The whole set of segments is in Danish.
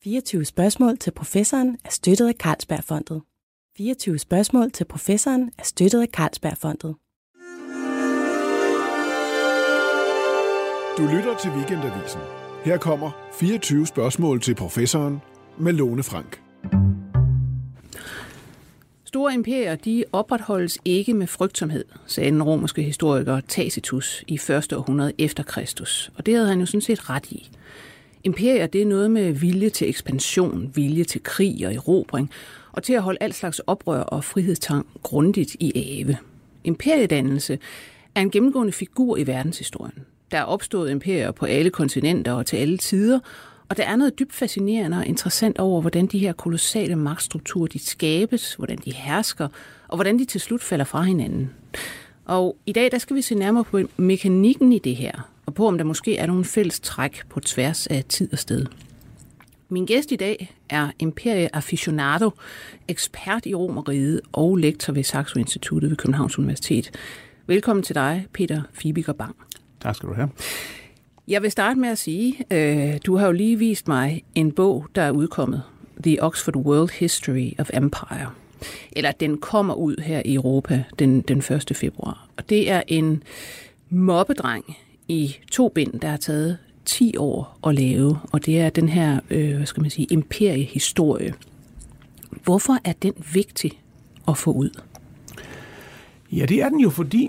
24 spørgsmål til professoren er støttet af Carlsbergfondet. 24 spørgsmål til professoren er støttet af Carlsbergfondet. Du lytter til Weekendavisen. Her kommer 24 spørgsmål til professoren med Lone Frank. Store imperier, de opretholdes ikke med frygtsomhed, sagde den romerske historiker Tacitus i 1. århundrede efter Kristus. Og det havde han jo sådan set ret i. Imperier, det er noget med vilje til ekspansion, vilje til krig og erobring, og til at holde al slags oprør og frihedstang grundigt i ave. Imperiedannelse er en gennemgående figur i verdenshistorien. Der er opstået imperier på alle kontinenter og til alle tider, og der er noget dybt fascinerende og interessant over, hvordan de her kolossale magtstrukturer de skabes, hvordan de hersker, og hvordan de til slut falder fra hinanden. Og i dag der skal vi se nærmere på mekanikken i det her, og på om der måske er nogle fælles træk på tværs af tid og sted. Min gæst i dag er imperieaficionado, ekspert i Romerriget og lektor ved Saxo Instituttet ved Københavns Universitet. Velkommen til dig, Peter Fibiger Bang. Tak skal du have. Jeg vil starte med at sige, du har jo lige vist mig en bog, der er udkommet, The Oxford World History of Empire. Eller den kommer ud her i Europa den 1. februar. Og det er en mobbedreng i 2 bind, der har taget 10 år at lave. Og det er den her, imperiehistorie. Hvorfor er den vigtig at få ud? Ja, det er den jo, fordi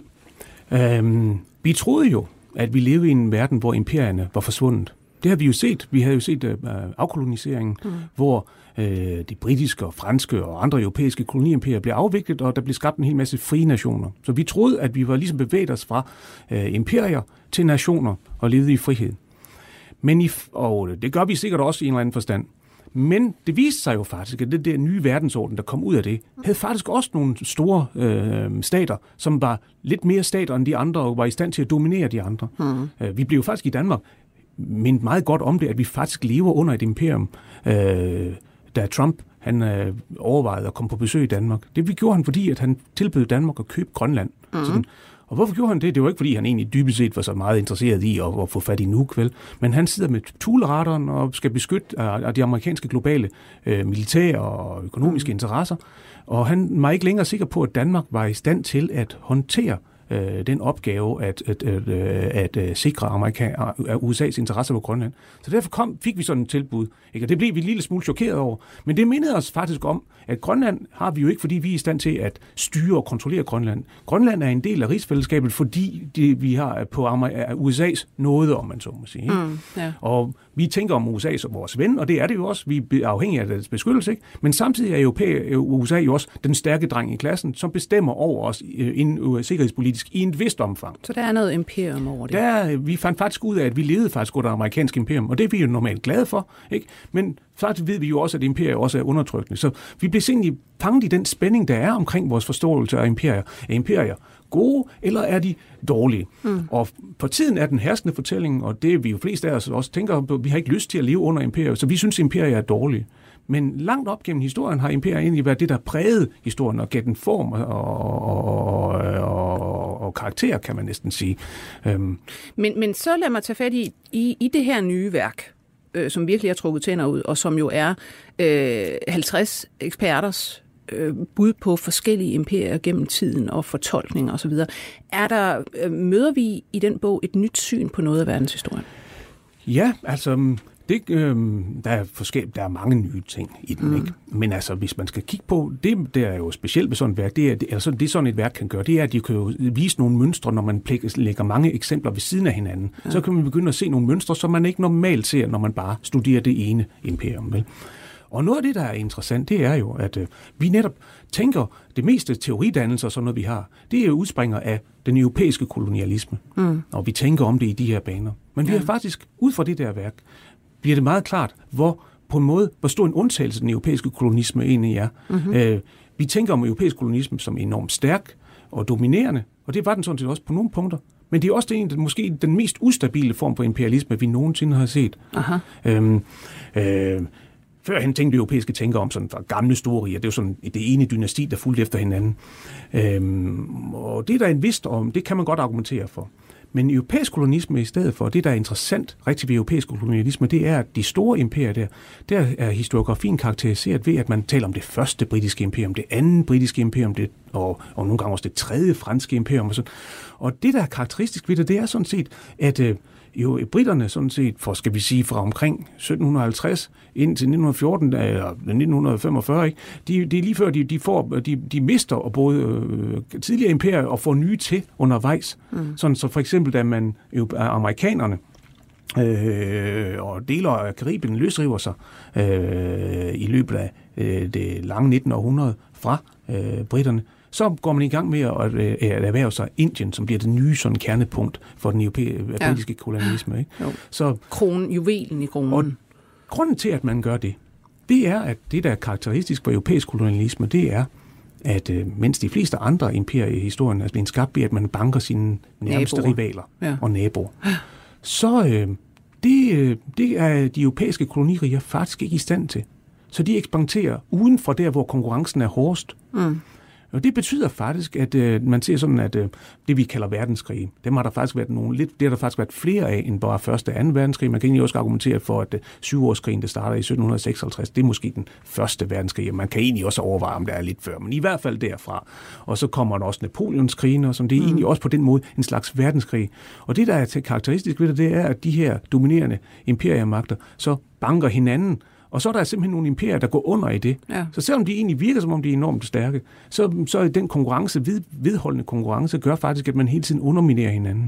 vi troede jo, at vi levede i en verden, hvor imperierne var forsvundet. Det har vi jo set. Vi havde jo set afkoloniseringen, hvor de britiske og franske og andre europæiske koloniimperier blev afviklet, og der blev skabt en hel masse frie nationer. Så vi troede, at vi var ligesom bevæget os fra imperier til nationer og levede i frihed. Og det gør vi sikkert også i en eller anden forstand. Men det viste sig jo faktisk, at det der nye verdensorden, der kom ud af det, havde faktisk også nogle store stater, som var lidt mere stater end de andre, og var i stand til at dominere de andre. Vi blev jo faktisk i Danmark mindet meget godt om det, at vi faktisk lever under et imperium, da Trump han overvejede at komme på besøg i Danmark. Det gjorde han, fordi at han tilbød Danmark at købe Grønland. Sådan. Og hvorfor gjorde han det? Det var ikke, fordi han egentlig dybest set var så meget interesseret i at få fat i Nuuk, vel? Men han sidder med Thule-radaren og skal beskytte de amerikanske globale militære og økonomiske interesser. Og han var ikke længere sikker på, at Danmark var i stand til at håndtere den opgave at sikre USA's interesser på Grønland. Så derfor fik vi sådan et tilbud. Ikke? Og det blev vi en lille smule chokeret over. Men det mindede os faktisk om, at Grønland har vi jo ikke, fordi vi er i stand til at styre og kontrollere Grønland. Grønland er en del af rigsfællesskabet, fordi vi har på USA's nåde, om man så må sige. Ja. Og vi tænker om USA som vores ven, og det er det jo også. Vi er afhængige af deres beskyttelse, ikke? Men samtidig er USA jo også den stærke dreng i klassen, som bestemmer over os sikkerhedspolitisk i en vist omfang. Så der er noget imperium over det? Vi fandt faktisk ud af, at vi levede faktisk under amerikansk imperium, og det er vi jo normalt glade for, ikke? Men faktisk ved vi jo også, at imperier også er undertrykkende. Så vi bliver egentlig fanget i den spænding, der er omkring vores forståelse af imperier. Er imperier gode, eller er de dårlige? Og for tiden er den herskende fortælling, og det vi jo flest af os også tænker på, vi har ikke lyst til at leve under imperier, så vi synes, imperier er dårlige. Men langt op gennem historien har imperier egentlig været det, der prægede historien og gav den form og karakter, kan man næsten sige. Men så lad mig tage fat i det her nye værk, som virkelig har trukket tænder ud, og som jo er 50 eksperters bud på forskellige imperier gennem tiden og fortolkninger osv. Møder vi i den bog et nyt syn på noget af verdenshistorien? Ja, altså der er mange nye ting i den, ikke? Men altså, hvis man skal kigge på, det er jo specielt ved sådan et værk, det sådan et værk kan gøre, det er, at de kan jo vise nogle mønstre, når man lægger mange eksempler ved siden af hinanden. Ja. Så kan man begynde at se nogle mønstre, som man ikke normalt ser, når man bare studerer det ene imperium, vel? Og noget af det, der er interessant, det er jo, at vi netop tænker, det meste teoridannelser og sådan noget, vi har, det er jo udspringer af den europæiske kolonialisme. Og vi tænker om det i de her baner. Men vi har faktisk, ud fra det der værk, bliver det meget klart, hvor stor en undtagelse den europæiske kolonisme egentlig er. Vi tænker om europæisk kolonisme som enormt stærk og dominerende, og det var den sådan set også på nogle punkter. Men det er også måske den mest ustabile form for imperialisme, vi nogensinde har set. Førhen tænkte europæiske tænkere om sådan fra gamle storriger. Det er jo sådan det ene dynasti, der fulgte efter hinanden. Og det er der en vist om, det kan man godt argumentere for. Men europæisk kolonisme i stedet for, det der er interessant rigtig ved europæisk kolonialisme, det er, at de store imperier der er historiografien karakteriseret ved, at man taler om det første britiske imperium, det andet britiske imperium, og nogle gange også det tredje franske imperium. Og sådan. Og det, der er karakteristisk ved det er sådan set, at jo britterne sådan set, for skal vi sige fra omkring 1750 indtil 1914 eller 1945, ikke? Det er lige før de mister og både tidligere imperier og får nye til undervejs. Sådan så for eksempel da man amerikanerne og deler af Karibien løsriver sig i løbet af det lange 19. århundrede fra britterne, så går man i gang med at erhverve sig Indien, som bliver det nye sådan kernepunkt for den britiske kolonialisme. Ikke? Så juvelen i kronen. Og grunden til, at man gør det er, at det, der er karakteristisk for europæisk kolonialisme, det er, at mens de fleste andre imperier i historien er blevet skabt ved, at man banker sine nærmeste rivaler og naboer, så det er de europæiske koloniriger faktisk ikke i stand til. Så de ekspanderer uden for der, hvor konkurrencen er hårdest. Og det betyder faktisk, at man ser sådan, at det vi kalder verdenskrige, dem har der faktisk været det har der faktisk været flere af end bare første og anden verdenskrig. Man kan egentlig også argumentere for, at 7-årskrigen, der starter i 1756, det er måske den første verdenskrig. Man kan egentlig også overveje, om det er lidt før, men i hvert fald derfra. Og så kommer der også Napoleonskrigen, og som det er egentlig også på den måde en slags verdenskrig. Og det, der er karakteristisk ved det er, at de her dominerende imperiemagter så banker hinanden. Og så er der simpelthen nogle imperier, der går under i det. Ja. Så selvom de egentlig virker, som om de er enormt stærke, så er den vedholdende konkurrence, gør faktisk, at man hele tiden underminerer hinanden.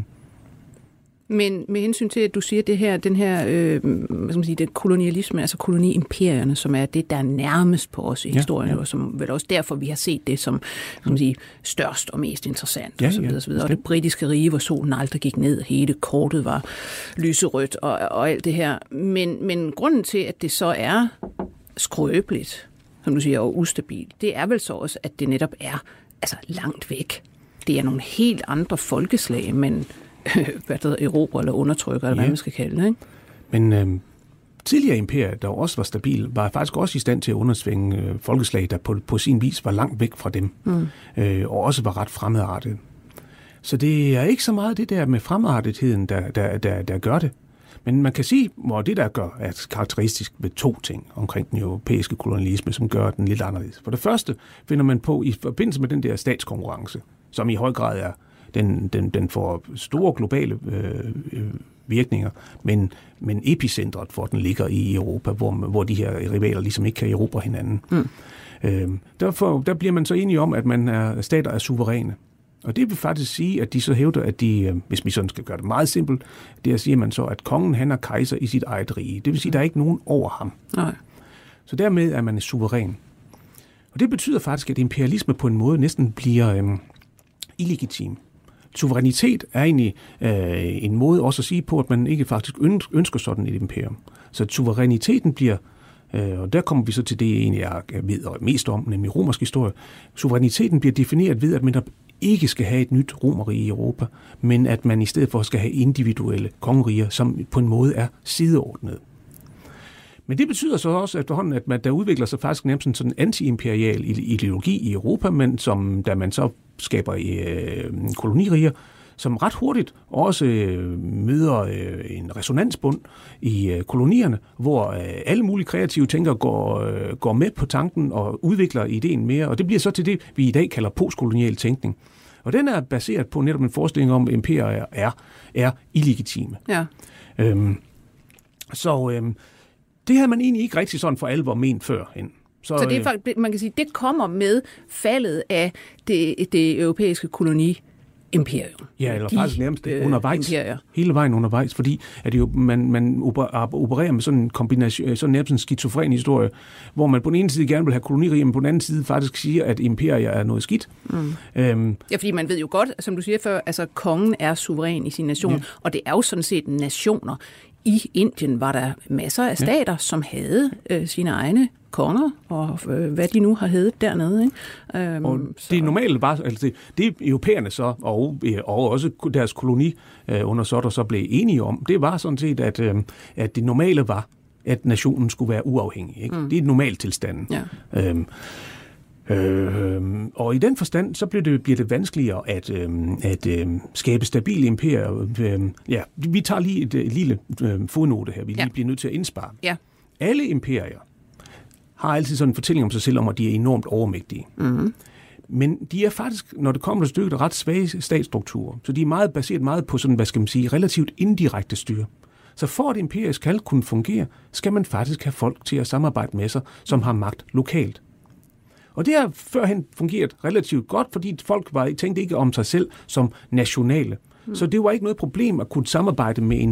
Men med hensyn til, at du siger det her, den kolonialisme, altså koloniimperierne, som er det, der er nærmest på os i historien, og som vel også derfor, vi har set det som størst og mest interessant, og så videre, så videre. Og det britiske rige, hvor solen aldrig gik ned, hele kortet var lyserødt og alt det her. Men grunden til, at det så er skrøbeligt, som du siger, og ustabilt, det er vel så også, at det netop er langt væk. Det er nogle helt andre folkeslag, men erobre eller undertrykker, eller hvad man skal kalde det, ikke? Men tidligere imperier, der også var stabile, var faktisk også i stand til at undersvinge folkeslag, der på sin vis var langt væk fra dem, og også var ret fremmedartet. Så det er ikke så meget det der med fremmedartetheden, der gør det. Men man kan sige, hvor det der gør er karakteristisk ved to ting omkring den europæiske kolonialisme, som gør den lidt anderledes. For det første finder man på i forbindelse med den der statskonkurrence, som i høj grad er den får store globale virkninger, men epicentret for den ligger i Europa, hvor de her rivaler ligesom ikke kan erobre hinanden. Der bliver man så enige om, at stater er suveræne. Og det vil faktisk sige, at de så hævder, at de, hvis vi sådan skal gøre det meget simpelt, det siger man så, at kongen han er kejser i sit eget rige. Det vil sige, at der er ikke nogen over ham. Nej. Så dermed er man suveræn. Og det betyder faktisk, at imperialisme på en måde næsten bliver illegitim. Suverænitet er egentlig en måde også at sige på, at man ikke faktisk ønsker sådan et imperium. Så suveræniteten bliver, og der kommer vi så til det, egentlig jeg ved mest om, nemlig romersk historie. Suveræniteten bliver defineret ved, at man ikke skal have et nyt romerrige i Europa, men at man i stedet for skal have individuelle kongeriger, som på en måde er sideordnet. Men det betyder så også efterhånden, at der udvikler sig faktisk nærmest sådan en anti-imperial ideologi i Europa, men da man så skaber koloniriger, som ret hurtigt også møder en resonansbund i kolonierne, hvor alle mulige kreative tænkere går med på tanken og udvikler ideen mere, og det bliver så til det, vi i dag kalder postkolonial tænkning. Og den er baseret på netop en forestilling om, at imperier er illegitime. Ja. Det havde man egentlig ikke rigtig sådan for alvor ment førhen. Så det er, man kan sige, det kommer med faldet af det europæiske koloniimperium. Ja, eller faktisk nærmest undervejs. Imperier. Hele vejen undervejs, fordi at det jo, man opererer med sådan en kombination, sådan nærmest en skizofren historie, hvor man på den ene side gerne vil have koloniriger, men på den anden side faktisk siger, at imperier er noget skidt. Fordi man ved jo godt, som du siger før, altså kongen er suveræn i sin nation, og det er jo sådan set nationer. I Indien var der masser af stater, som havde sine egne konger, og hvad de nu har heddet dernede. Ikke? Og det normale var, altså det europæerne så, og også deres koloniundersåtter så blev enige om, det var sådan set, at det normale var, at nationen skulle være uafhængig. Ikke? Det er et normalt tilstand. Ja. Og i den forstand, så bliver det vanskeligere at skabe stabile imperier. Vi tager lige et lille fodnote her, vi lige bliver nødt til at indspare. Ja. Alle imperier har altid sådan en fortælling om sig selv, om at de er enormt overmægtige. Mm-hmm. Men de er faktisk, når det kommer til stykket, ret svage statsstrukturer. Så de er baseret meget på sådan, relativt indirekte styre. Så for at imperiet skal kunne fungere, skal man faktisk have folk til at samarbejde med sig, som har magt lokalt. Og det har førhen fungeret relativt godt, fordi folk tænkte ikke om sig selv som nationale. Så det var ikke noget problem at kunne samarbejde med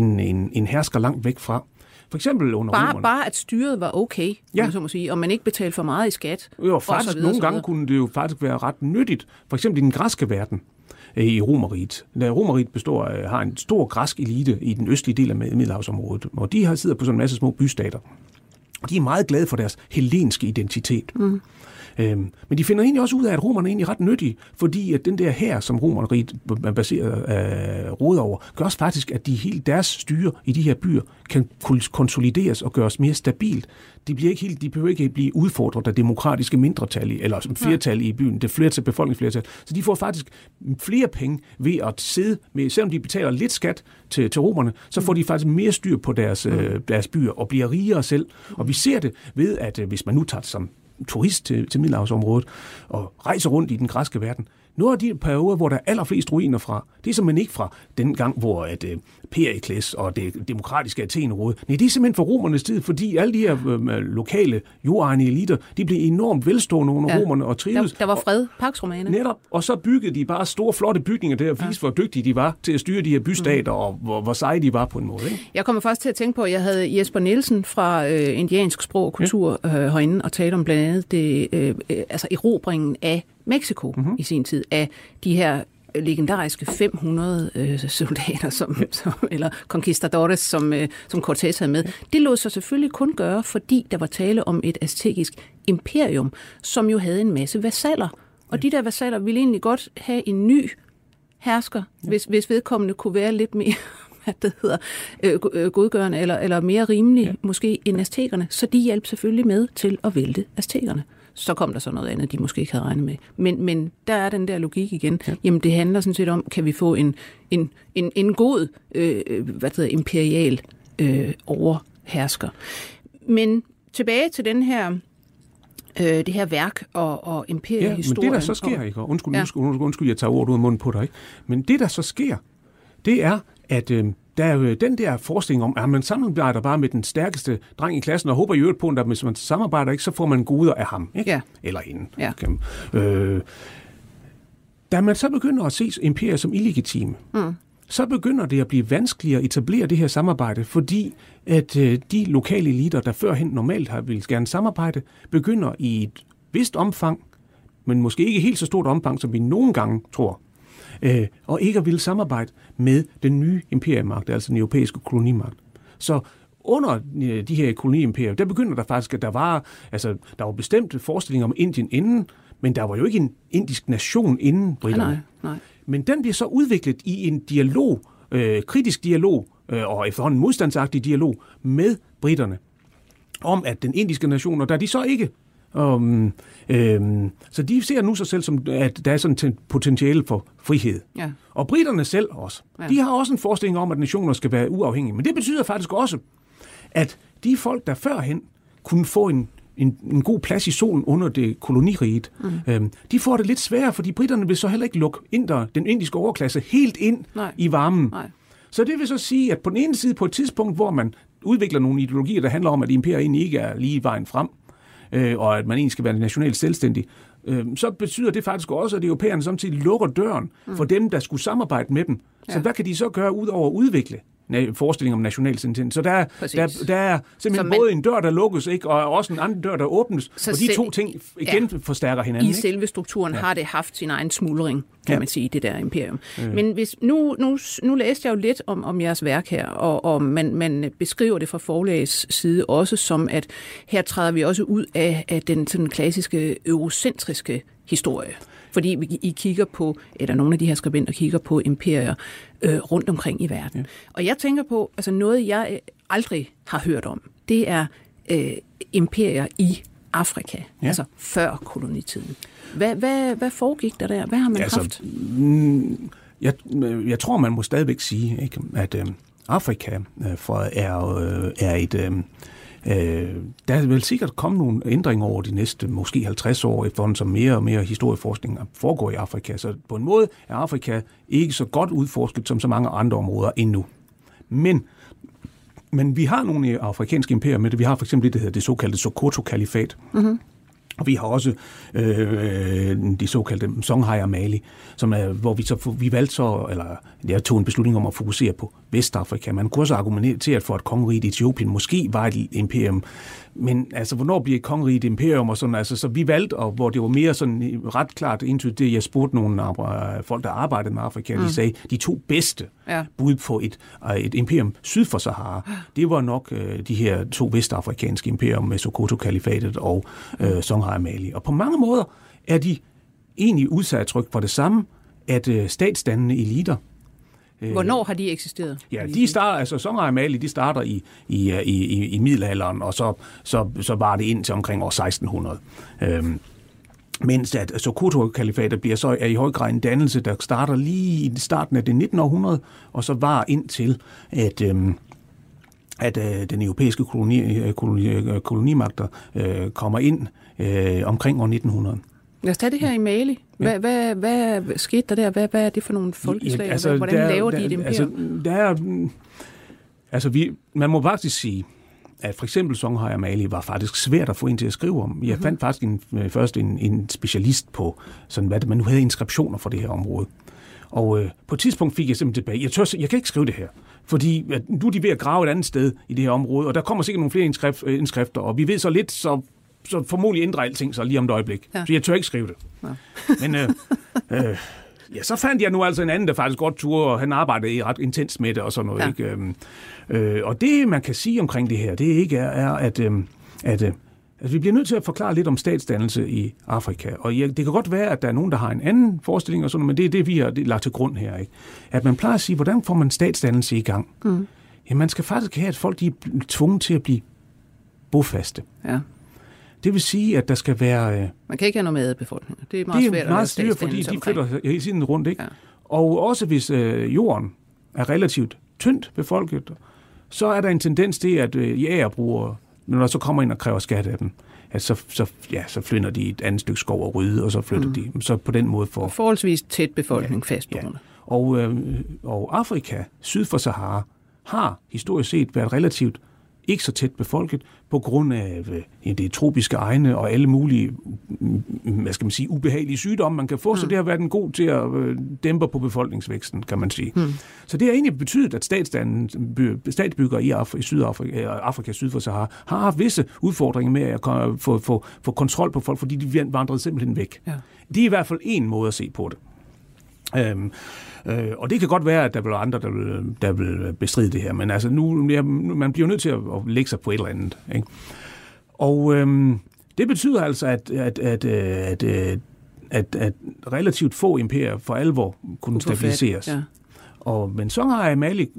en hersker langt væk fra. For eksempel under romerne. Bare at styret var okay, så må sige, og man ikke betalte for meget i skat. Jo, faktisk nogle gange kunne det jo faktisk være ret nyttigt. For eksempel i den græske verden i Romerriget. Romerriget har en stor græsk elite i den østlige del af Middelhavsområdet, og de sidder på sådan en masse små bystater. De er meget glade for deres hellenske identitet. Mm. Men de finder egentlig også ud af, at romerne er egentlig ret nyttige, fordi at den der hær, som Romerriget er baseret råd over, gør også faktisk, at hele deres styre i de her byer kan konsolideres og gøres mere stabilt. De behøver ikke blive udfordret af demokratiske mindretal, eller flertal i byen, det befolkningsflertal. Så de får faktisk flere penge ved at sidde med, selvom de betaler lidt skat til romerne, så får de faktisk mere styr på deres byer og bliver rigere selv. Og vi ser det ved, at hvis man nu tager det som turist til Middelhavsområdet og rejser rundt i den græske verden. Nogle af de perioder, hvor der er allerflest ruiner fra, det er simpelthen ikke fra den gang, hvor Perikles og det demokratiske Athen rådede. Nej, det er simpelthen fra romernes tid, fordi alle de her lokale jordejende eliter, de blev enormt velstående under romerne og trives. Der var fred, Pax Romana. Netop, og så byggede de bare store, flotte bygninger der, og viste, hvor dygtige de var til at styre de her bystater, og hvor seje de var på en måde. Ikke? Jeg kommer først til at tænke på, at jeg havde Jesper Nielsen fra indiansk sprog og kultur herinde, og tale om blandt andet erobringen af Mexico i sin tid, af de her legendariske 500 soldater, eller conquistadores, som Cortés havde med. Det lod sig selvfølgelig kun gøre, fordi der var tale om et aztekisk imperium, som jo havde en masse vasaller. Og de der vasaller ville egentlig godt have en ny hersker, hvis vedkommende kunne være lidt mere godgørende eller mere rimelig, måske end aztekerne. Så de hjalp selvfølgelig med til at vælte aztekerne. Så kom der så noget andet, de måske ikke havde regnet med. Men der er den der logik igen. Ja. Jamen, det handler sådan set om, kan vi få en god imperial overhersker. Men tilbage til den her det her værk og imperiehistorien. Ja, men det der så sker, ikke? Undskyld, jeg tager ordet ud af munden på dig, ikke? Men det der så sker, det er, at der er jo den der forestilling om, at man samarbejder bare med den stærkeste dreng i klassen, og håber i øvrigt på, at hvis man samarbejder ikke, så får man goder af ham, ikke? Ja. Eller hende. Ja. Da man så begynder at se imperier som illegitime, så begynder det at blive vanskeligere at etablere det her samarbejde, fordi at de lokale eliter, der førhen normalt har ville gerne samarbejde, begynder i et vist omfang, men måske ikke helt så stort omfang, som vi nogle gange tror, og ikke at ville samarbejde med den nye imperiemagt, altså den europæiske kolonimagt. Så under de her koloniimperier, der begynder der faktisk, at der var bestemte forestillinger om Indien inden, men der var jo ikke en indisk nation inden briterne. Nej. Men den bliver så udviklet i en dialog, kritisk dialog, og efterhånden modstandsagtig dialog med briterne, om at den indiske nation, og der er de så ikke. Så de ser nu sig selv som, at der er sådan et potentiale for frihed. Ja. Og briterne selv også. Ja. De har også en forestilling om, at nationer skal være uafhængige. Men det betyder faktisk også, at de folk, der førhen kunne få en god plads i solen under det koloniriget, de får det lidt sværere, fordi briterne vil så heller ikke lukke den indiske overklasse helt ind i varmen. Nej. Så det vil så sige, at på den ene side, på et tidspunkt, hvor man udvikler nogle ideologier, der handler om, at imperiet egentlig ikke er lige vejen frem, og at man egentlig skal være nationalt selvstændig, så betyder det faktisk også, at europæerne samtidig lukker døren for dem, der skulle samarbejde med dem. Så hvad kan de så gøre ud over at udvikle forestilling om national selvstændighed? Så der er simpelthen både en dør, der lukkes, ikke, og også en anden dør, der åbnes, og de to ting igen forstærker hinanden. I selve strukturen har det haft sin egen smuldring, kan man sige, det der imperium. Men hvis nu læste jeg jo lidt om jeres værk her, og man beskriver det fra forlagets side også som, at her træder vi også ud af den sådan klassiske eurocentriske historie. Fordi I kigger på, eller nogle af de her skribenter kigger på imperier rundt omkring i verden. Ja. Og jeg tænker på, altså noget jeg aldrig har hørt om, det er imperier i Afrika, altså før kolonitiden. Hvad foregik der? Hvad har man haft? Jeg tror, man må stadigvæk sige, ikke, at Afrika er et... der er vel sikkert kommet nogle ændringer over de næste måske 50 år, efterhånden som mere og mere historieforskning foregår i Afrika. Så på en måde er Afrika ikke så godt udforsket som så mange andre områder endnu. Men vi har nogle afrikanske imperier med det. Vi har for eksempel det såkaldte Sokoto-kalifat. Mm-hmm. Og vi har også de såkaldte Songhai og Mali, som er, hvor vi valgte så, eller jeg tog en beslutning om at fokusere på Vestafrika. Man kunne også argumentere for, at kongeriget Etiopien måske var et imperium, men altså, hvornår bliver et kongerige et imperium? Og sådan, altså, så vi valgte, og hvor det var mere sådan ret klart intuitivt, det jeg spurgte nogle folk, der arbejdede med Afrika, de sagde, de to bedste bud på et imperium syd for Sahara, det var nok de her to vestafrikanske imperium med Sokoto-kalifatet og Songhai og Mali. Og på mange måder er de egentlig udsat tryk for det samme, at statsdannende eliter. Hvornår har de eksisteret? Ja, de starter, altså Songhai og Mali, de starter i middelalderen, og så var det indtil omkring år 1600. Mens at Sokoto-kalifatet er i høj grad en dannelse, der starter lige i starten af det 19. århundrede, og så var indtil at den europæiske kolonimagter kommer ind omkring år 1900. Lad os tage det her i Mali. Hvad skete der? Hvad er det for nogle folkeslag? Altså, hvordan laver de et imperium? Man må faktisk sige, at for eksempel Songhai og Mali var faktisk svært at få ind til at skrive om. Jeg fandt faktisk først en specialist på, sådan, hvad man nu havde inskriptioner for det her område. Og på et tidspunkt fik jeg simpelthen tilbage, jeg kan ikke skrive det her, fordi nu er de ved at grave et andet sted i det her område, og der kommer sikkert nogle flere indskrifter, og vi ved så lidt, så formodentlig ændrer alting så lige om et øjeblik. Ja. Så jeg tør ikke skrive det. Ja. Men så fandt jeg nu altså en anden, der faktisk godt turde, og han arbejdede ret intens med det og sådan noget. Ja. Ikke? Og det, man kan sige omkring det her, det ikke er at vi bliver nødt til at forklare lidt om statsdannelse i Afrika. Og det kan godt være, at der er nogen, der har en anden forestilling og sådan noget, men det er det, vi har lagt til grund her. Ikke? At man plejer at sige, hvordan får man statsdannelse i gang? Mm. Ja, man skal faktisk have, at folk de er tvunget til at blive bofaste. Ja. Det vil sige, at der skal være... Man kan ikke have noget med befolkninger. Det er meget svært at være statsdannelse, fordi de flytter hele tiden rundt. Ikke? Ja. Og også hvis jorden er relativt tyndt befolket, så er der en tendens til, at jægerbrugere, når der så kommer ind og kræver skat af dem, at så flynder de et andet stykke skov og rydde, og så flytter de. Så på den måde får... Forholdsvis tæt befolkning fastboende. Ja. Og Afrika, syd for Sahara, har historisk set været relativt ikke så tæt befolket, på grund af det tropiske egne og alle mulige, ubehagelige sygdomme, man kan få, så det har været en god til at dæmpe på befolkningsvæksten, kan man sige. Så det har egentlig betydet, at statsbyggere i Afrika syd for Sahara har haft visse udfordringer med at få kontrol på folk, fordi de vandrede simpelthen væk. Ja. Det er i hvert fald en måde at se på det. Og det kan godt være, at der bliver andre, der vil bestride det her, men altså man bliver nødt til at lægge sig på et eller andet. Ikke? Og det betyder altså, at relativt få imperier for alvor kunne stabiliseres. Ja. Men Songhai og Mali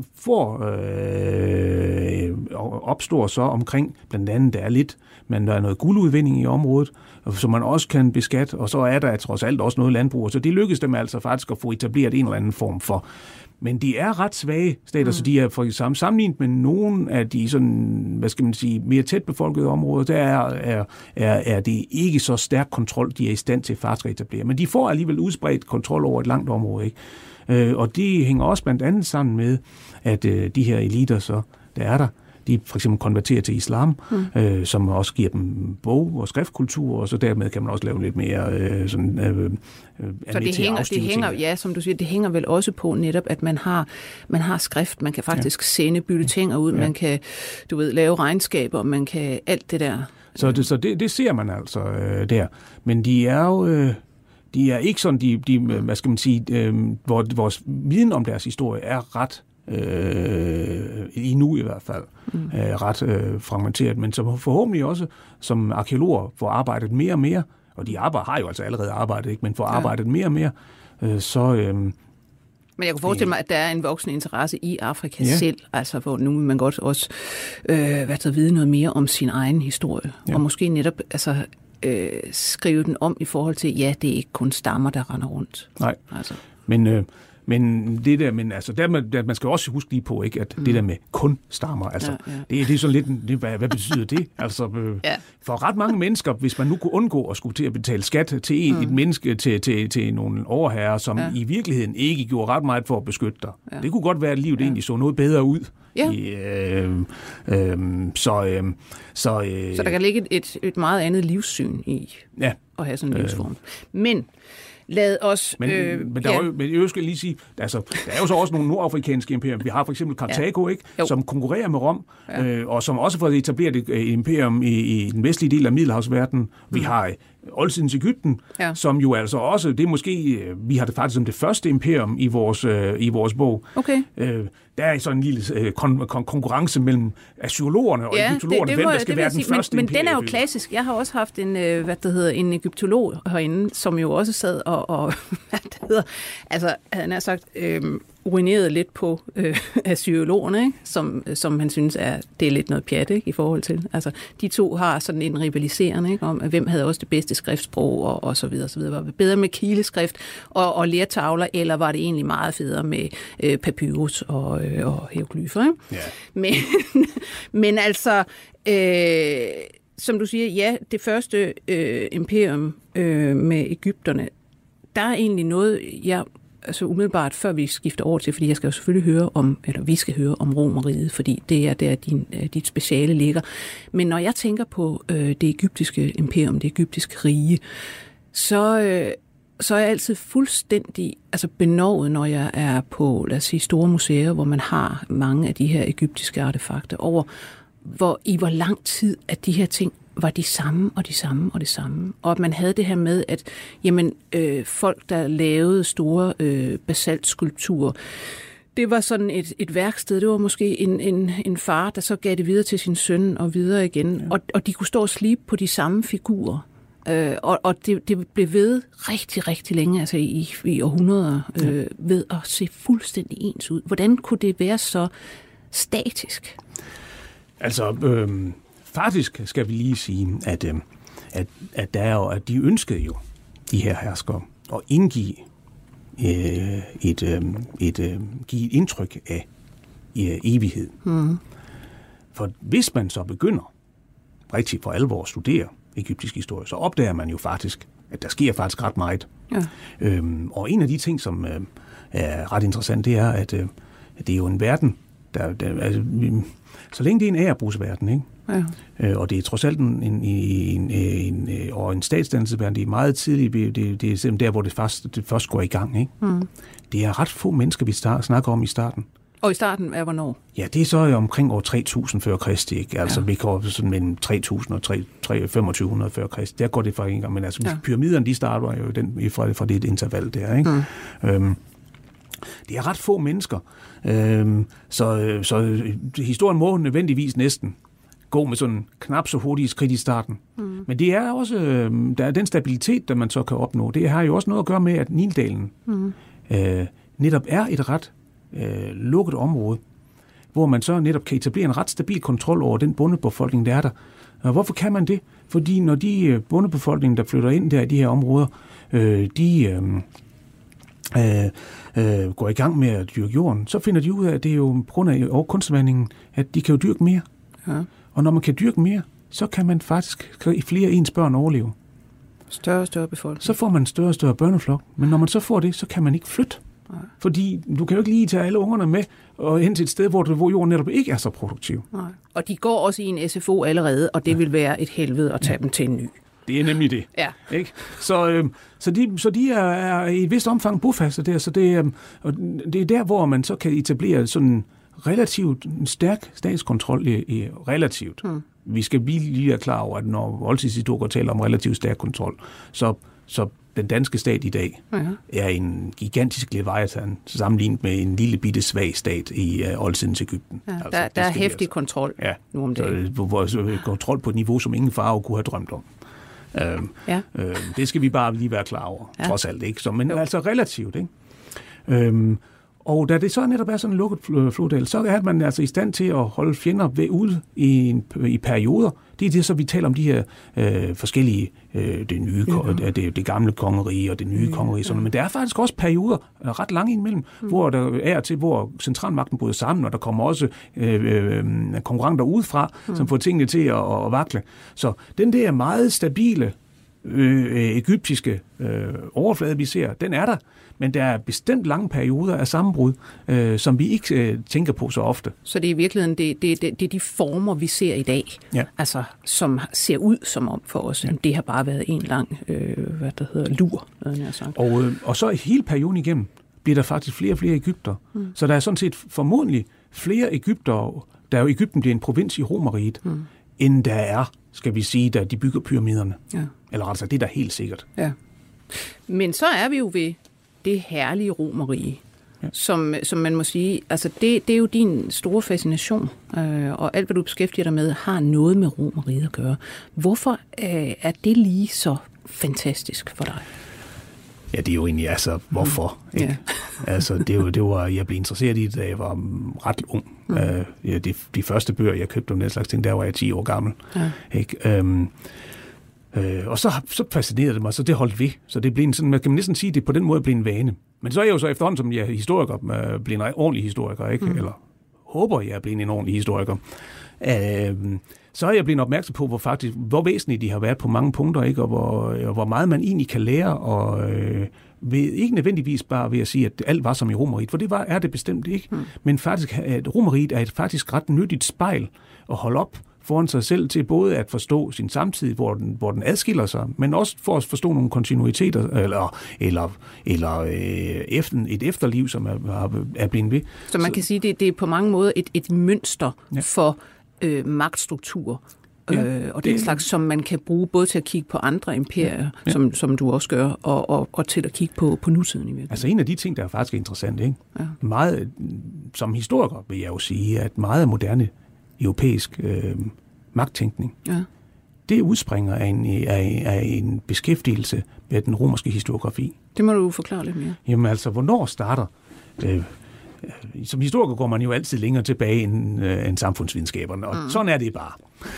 opstår så omkring, blandt andet der er lidt, men der er noget guldudvinding i området, som man også kan beskatte, og så er der trods alt også noget landbrug, så det lykkedes dem altså faktisk at få etableret en eller anden form for. Men de er ret svage stater, så de er for eksempel sammenlignet med nogle af de sådan, mere tæt befolkede områder, der er det ikke så stærk kontrol, de er i stand til faktisk at etablere. Men de får alligevel udspredt kontrol over et langt område, ikke? Og det hænger også blandt andet sammen med, at de her eliter, så der er der, de for eksempel konverterer til islam, som også giver dem bog- og skriftkultur, og så dermed kan man også lave lidt mere så det hænger, ja, som du siger, det hænger vel også på netop, at man har skrift, man kan faktisk sende bytteting ud, man kan, lave regnskaber, man kan alt det der. Så det ser man altså der. Men de er jo... De er ikke sådan, hvor vores viden om deres historie er ret, endnu i hvert fald, ret fragmenteret, men som forhåbentlig også som arkeologer får arbejdet mere og mere, og de har jo altså allerede arbejdet, ikke, men får arbejdet mere og mere, Men jeg kunne forestille mig, at der er en voksende interesse i Afrika selv, altså hvor nu vil man godt også vide noget mere om sin egen historie, og måske netop skrive den om i forhold til, det er ikke kun stammer, der render rundt. Nej, altså. Men det der, man skal også huske lige på, ikke, at det der med kun stammer, altså, det er sådan lidt, hvad betyder det? Altså, for ret mange mennesker, hvis man nu kunne undgå at skulle til at betale skat til et menneske, til nogle overherrer, som i virkeligheden ikke gjorde ret meget for at beskytte dig. Ja. Det kunne godt være, at livet egentlig så noget bedre ud. Ja. Så der kan ligge et meget andet livssyn i at have sådan en livsform. Men lad os... Men jeg skal lige sige, altså, der er jo så også nogle nordafrikanske imperier. Vi har for eksempel Karthago, ikke, som konkurrerer med Rom, og som også får etableret et imperium i den vestlige del af Middelhavsverdenen. Vi har oldtidens Egypten, som jo altså også, det er måske, vi har det faktisk som det første imperium i vores bog. Okay. Der er sådan en lille konkurrence mellem assyologerne og egyptologerne, hvem der skal være den første imperium. Men den er jo klassisk. Jeg har også haft en egyptolog herinde, som jo også sad og han har sagt, urineret lidt på assyologerne, ikke? Som han synes det er lidt noget pjat, ikke, i forhold til. Altså, de to har sådan en rivaliserende, ikke, om hvem havde også det bedste skriftsprog og så videre, så videre. Var det bedre med kileskrift og lertavler, eller var det egentlig meget federe med papyrus og hieroglyfer, ikke? Yeah. Men altså, som du siger, det første imperium med egypterne, der er egentlig noget, umiddelbart før vi skifter over til, fordi jeg skal jo selvfølgelig vi skal høre om Romerriget, fordi det er der dit speciale ligger. Men når jeg tænker på det egyptiske imperium, det egyptiske rige, så er jeg altid fuldstændig benovet, når jeg er på, lad os sige, store museer, hvor man har mange af de her egyptiske artefakter, over hvor lang tid at de her ting var de samme og de samme og det samme. Og at man havde det her med, at folk, der lavede store basaltskulpturer, det var sådan et værksted. Det var måske en far, der så gav det videre til sin søn og videre igen. Ja. Og de kunne stå og slibe på de samme figurer. Og det blev ved rigtig, rigtig længe, altså i århundreder, ved at se fuldstændig ens ud. Hvordan kunne det være så statisk? Altså, faktisk skal vi lige sige, at der er jo, at de ønskede jo, de her herskere, at indgive give et indtryk af evighed. Mm. For hvis man så begynder rigtig for alvor at studere egyptisk historie, så opdager man jo faktisk, at der sker faktisk ret meget. Ja. Og en af de ting, som er ret interessant, det er, at det er jo en verden, så længe det er en ærebrugsverden, ikke? Ja. Og det er trods alt en statsdannelsesverden, det er meget tidligt, det er simpelthen der, hvor det først går i gang, ikke? Mm. Det er ret få mennesker, vi snakker om i starten. Og i starten er hvornår? Ja, det er så omkring år 3000 før Kristi, ikke? Altså vi går sådan mellem 3000 og 2500 før Kristi. Der går det for en gang, men altså pyramiderne, de starter jo fra det interval der, ikke? Mm. Det er ret få mennesker, så historien må nødvendigvis næsten gå med sådan knap så hurtigt skridt i starten. Mm. Men det er også, der er den stabilitet, der man så kan opnå. Det har jo også noget at gøre med, at Nildalen netop er et ret lukket område, hvor man så netop kan etablere en ret stabil kontrol over den bondebefolkning, der er der. Og hvorfor kan man det? Fordi når de bondebefolkningen, der flytter ind der i de her områder, går i gang med at dyrke jorden, så finder de ud af, at det er jo på grund af kunstvandingen, at de kan jo dyrke mere. Ja. Og når man kan dyrke mere, så kan man faktisk i flere ens børn overleve. Større og større befolkning. Så får man større og større børneflok. Men når man så får det, så kan man ikke flytte. Nej. Fordi du kan jo ikke lige tage alle ungerne med og hen til et sted, hvor jorden netop ikke er så produktiv. Nej. Og de går også i en SFO allerede, og det vil være et helvede at tage dem til en ny. Det er nemlig det. Ja. Ikke? Så de er i et vist omfang bofaste der, så det er der, hvor man så kan etablere sådan en relativt stærk statskontrol i relativt. Hmm. Vi skal lige være klar over, at når oldtidshistorikere taler om relativt stærk kontrol, så den danske stat i dag er en gigantisk leviathan sammenlignet med en lille bitte svag stat i oldtidens Egypten. Ja, altså, der er hæftig kontrol nu om dagen. Kontrol på et niveau, som ingen farve kunne have drømt om. Det skal vi bare lige være klar over, trods alt, ikke? Men altså relativt, ikke? Og da det så netop er sådan en lukket floddal, så er man altså i stand til at holde fjender ude i perioder. Det er det, så vi taler om de her forskellige, det gamle kongerige og det nye kongerige. Sådan. Men der er faktisk også perioder, ret lange indimellem, hvor der er til, hvor centralmagten bryder sammen, og der kommer også konkurrenter udefra, som får tingene til at vakle. Så den der meget stabile egyptiske overflade, vi ser, den er der. Men der er bestemt lange perioder af sammenbrud, som vi ikke tænker på så ofte. Så det er i virkeligheden det er de former, vi ser i dag, altså som ser ud som om for os. Ja. Det har bare været en lang lur. Og så hele perioden igennem bliver der faktisk flere og flere egypter. Så der er sådan set formodentlig flere egyptere, da jo Egypten bliver en provins i Romerriget, end der er, skal vi sige, da de bygger pyramiderne. Ja. Eller altså, det er da helt sikkert. Ja. Men så er vi jo ved det herlige Romerrige, som man må sige, altså det er jo din store fascination, og alt, hvad du beskæftiger dig med, har noget med Romerriget at gøre. Hvorfor er det lige så fantastisk for dig? Ja, det er jo egentlig, altså, hvorfor? Ikke? Altså, det var, jeg blev interesseret i det, da jeg var ret ung. De første bøger, jeg købte om den slags ting, der var jeg 10 år gammel. Ja. Ikke? Og så fascinerede det mig, så det holdt ved. Så det blev en sådan, man kan næsten sige, det på den måde blev en vane. Men så er jeg jo så efterhånden, som jeg er historiker, bliver en ordentlig historiker, ikke? Eller håber jeg bliver en ordentlig historiker. Så er jeg blevet opmærksom på, hvor væsentligt de har været på mange punkter, ikke? Og hvor meget man egentlig kan lære, og ikke nødvendigvis bare ved at sige, at alt var som i Romerriget, for det er det bestemt ikke. Men faktisk, at Romerriget er et faktisk ret nyttigt spejl at holde op foran sig selv til både at forstå sin samtid, hvor den adskiller sig, men også for at forstå nogle kontinuiteter, eller et efterliv, som er blevet ved. Så man kan sige, det er på mange måder et mønster for magtstruktur, og den slags, som man kan bruge både til at kigge på andre imperier, som du også gør, og til at kigge på nutiden i virkeligheden. Altså en af de ting, der er faktisk interessant, ikke? Ja. Meget, som historiker vil jeg jo sige, at meget moderne europæisk magttænkning, det udspringer af en beskæftigelse med den romerske historiografi. Det må du forklare lidt mere. Jamen altså, hvornår starter... som historiker går man jo altid længere tilbage end samfundsvidenskaberne, og sådan er det bare.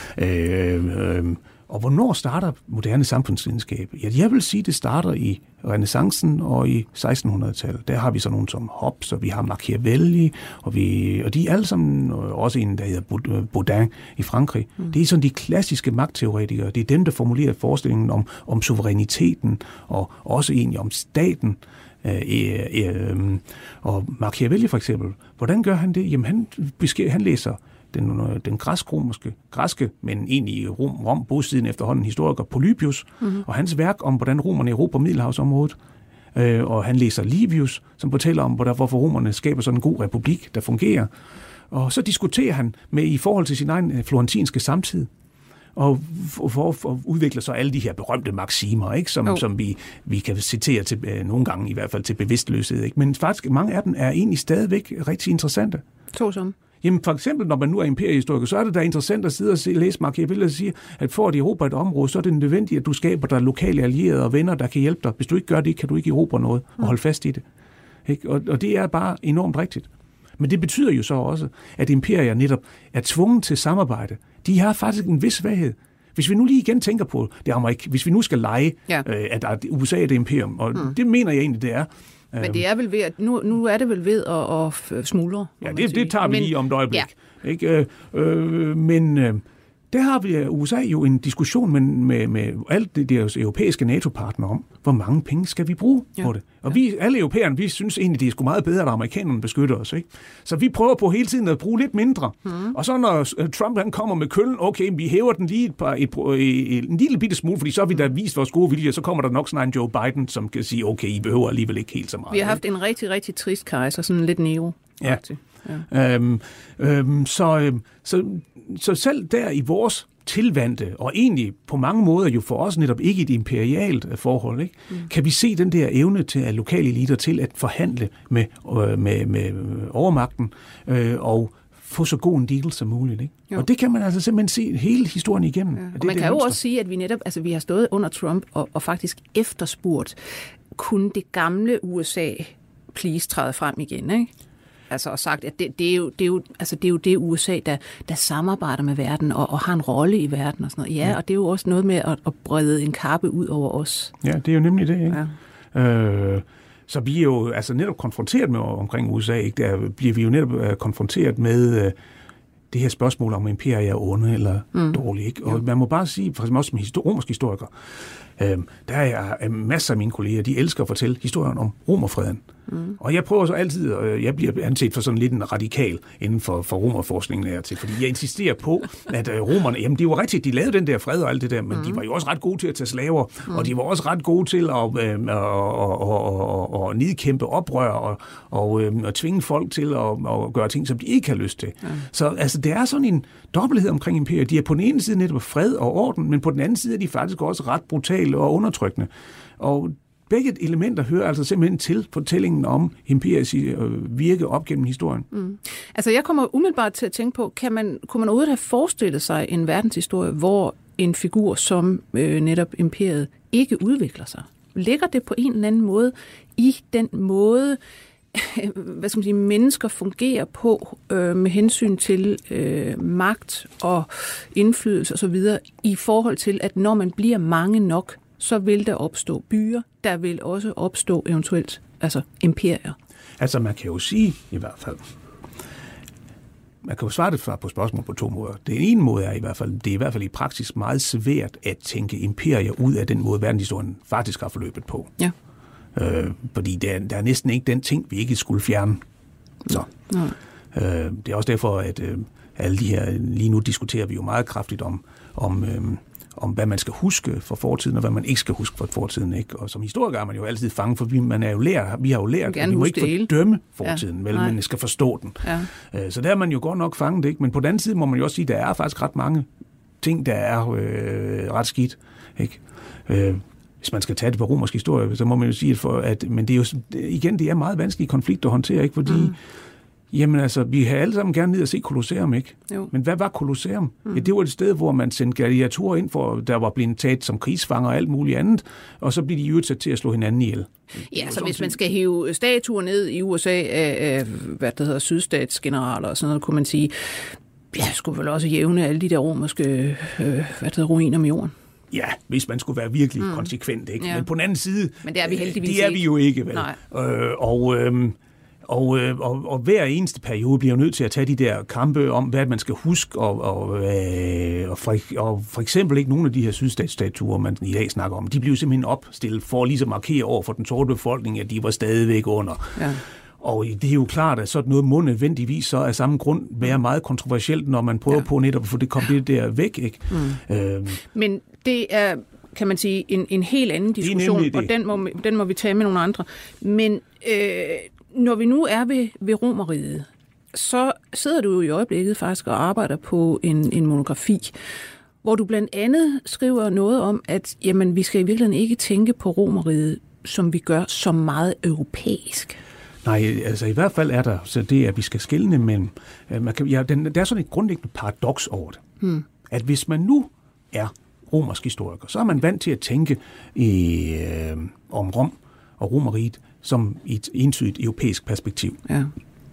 Og hvornår starter moderne samfundsvidenskab? Ja, jeg vil sige, det starter i renæssancen og i 1600-tallet. Der har vi så nogen som Hobbes, og vi har Machiavelli, og de er alle sammen, også en, der hedder Baudin i Frankrig. Det er sådan de klassiske magtteoretikere. Det er dem, der formulerer forestillingen om suveræniteten, og også egentlig om staten. Og Machiavelli for eksempel, hvordan gør han det? Jamen han læser den græske, men egentlig i Rom bosiden efterhånden historiker Polybius, og hans værk om, hvordan romerne erobrer Middelhavsområdet. Og han læser Livius, som fortæller om, hvorfor romerne skaber sådan en god republik, der fungerer. Og så diskuterer han i forhold til sin egen florentinske samtid. Og udvikler så alle de her berømte maximer, ikke? Som vi kan citere til nogle gange, i hvert fald til bevidstløshed. Ikke? Men faktisk mange af dem er egentlig stadigvæk rigtig interessante. Såsom? Jamen for eksempel, når man nu er imperiehistoriker, så er det da interessant at sidde og læse Machiavelli og sige, at for at erobre et område, så er det nødvendigt, at du skaber der lokale allierede og venner, der kan hjælpe dig. Hvis du ikke gør det, kan du ikke erobre noget og holde fast i det. Ikke? Og det er bare enormt rigtigt. Men det betyder jo så også, at imperier netop er tvunget til samarbejde. De har faktisk en vis svaghed. Hvis vi nu lige igen tænker på det hvis vi nu skal lege, at USA er det imperium, og det mener jeg egentlig, det er. Men det er vel ved, at nu er det vel ved at smuldre. Ja, det tager vi lige om et øjeblik. Ja. Ikke? Men der har vi USA jo en diskussion med alle deres europæiske NATO-partnere om, hvor mange penge skal vi bruge på det. Og alle europæerne, vi synes egentlig, det er sgu meget bedre, at amerikanerne beskytter os. Ikke? Så vi prøver på hele tiden at bruge lidt mindre. Og så når Trump han kommer med køllen, okay, vi hæver den lige en lille bitte smule, fordi så har vi da vist vores gode vilje, så kommer der nok sådan en Joe Biden, som kan sige, okay, I behøver alligevel ikke helt så meget. Vi har haft en rigtig, rigtig trist kejser, sådan lidt Nero. Ja. Så selv der i vores tilvandte, og egentlig på mange måder jo for os netop ikke et imperialt forhold, ikke? Kan vi se den der evne til at lokale eliter til at forhandle med overmagten og få så god en deal som muligt. Ikke? Og det kan man altså simpelthen se hele historien igennem. Ja. Og man kan jo også sige, at vi netop, altså vi har stået under Trump og faktisk efterspurgt, kunne det gamle USA please træder frem igen, ikke? Altså og sagt, at det er jo det USA, der samarbejder med verden og har en rolle i verden og sådan noget. Ja, og det er jo også noget med at brede en kappe ud over os. Ja, det er jo nemlig det, ikke? Ja. Så vi er jo altså netop konfronteret med omkring USA, ikke? Der bliver vi jo netop konfronteret med det her spørgsmål om imperier er onde eller dårlige, ikke? Og man må bare sige, for eksempel også som romersk historiker, der er masser af mine kolleger, de elsker at fortælle historien om romerfreden. Og jeg prøver så altid, og jeg bliver anset for sådan lidt en radikal inden for romerforskningen af til, fordi jeg insisterer på, at romerne, jamen det var rigtigt, de lavede den der fred og alt det der, men de var jo også ret gode til at tage slaver, og de var også ret gode til at nedkæmpe oprør og tvinge folk til at gøre ting, som de ikke har lyst til. Så altså, det er sådan en dobbelthed omkring imperiet. De er på den ene side netop fred og orden, men på den anden side er de faktisk også ret brutale og undertrykkende. Og begge elementer hører altså simpelthen til fortællingen om imperiets virke op gennem historien. Altså jeg kommer umiddelbart til at tænke på, kunne man overhovedet have forestillet sig en verdenshistorie, hvor en figur som netop imperiet ikke udvikler sig? Ligger det på en eller anden måde i den måde, hvad skal man sige, mennesker fungerer på med hensyn til magt og indflydelse osv., i forhold til, at når man bliver mange nok, så vil der opstå byer, der vil også opstå eventuelt altså imperier. Altså man kan jo sige i hvert fald, man kan jo svare det på spørgsmål på to måder. Den ene måde er i hvert fald, det er i hvert fald i praksis meget svært at tænke imperier ud af den måde, verdenshistorien faktisk har forløbet på. Ja. Fordi der er næsten ikke den ting, vi ikke skulle fjerne. Så. Det er også derfor, at alle de her, lige nu diskuterer vi jo meget kraftigt om hvad man skal huske fra fortiden, og hvad man ikke skal huske fra fortiden, ikke? Og som historiker er man jo altid fanget, for vi har jo lært, at vi må ikke fordømme fortiden, vel, men skal forstå den. Ja. Så der er man jo godt nok fanget, ikke? Men på den anden side må man jo også sige, at der er faktisk ret mange ting, der er ret skidt, ikke? Hvis man skal tage det på romersk historie, så må man jo sige, men det er jo igen, det er meget vanskelige konflikter at håndtere, ikke? Fordi jamen altså, vi har alle sammen gerne ned at se Colosseum, ikke? Jo. Men hvad var Colosseum? Ja, det var et sted, hvor man sendte gladiatorer ind, for der var blevet taget som krigsfanger og alt muligt andet, og så blev de udsat til at slå hinanden ihjel. Ja, så hvis man skal hive statuer ned i USA af hvad der hedder, sydstatsgeneraler og sådan noget, kunne man sige, ja, skulle vel også jævne alle de der romerske ruiner med jorden. Ja, hvis man skulle være virkelig konsekvent, ikke? Ja. Men på den anden side, men det er vi heldigvis det er vi jo ikke, vel? Nej. Og hver eneste periode bliver nødt til at tage de der kampe om, hvad man skal huske, og for eksempel ikke nogle af de her sydstatsstatuer, man i dag snakker om, de bliver simpelthen opstillet for at ligesom markere over for den sorte befolkning, at de var stadigvæk under. Ja. Og det er jo klart, at sådan noget må nødvendigvis så af samme grund være meget kontroversielt, når man prøver på netop at få det der væk, ikke? Men det er, kan man sige, en helt anden diskussion, og den må vi tage med nogle andre. Men når vi nu er ved Romerriget, så sidder du jo i øjeblikket faktisk og arbejder på en monografi, hvor du blandt andet skriver noget om, at jamen, vi skal i virkeligheden ikke tænke på Romerriget, som vi gør så meget europæisk. Nej, altså i hvert fald er der så det, at vi skal skelne mellem. Der er sådan et grundlæggende paradoks over det. At hvis man nu er romersk historiker, så er man vant til at tænke om Rom og Romerriget som et entydigt europæisk perspektiv. Ja.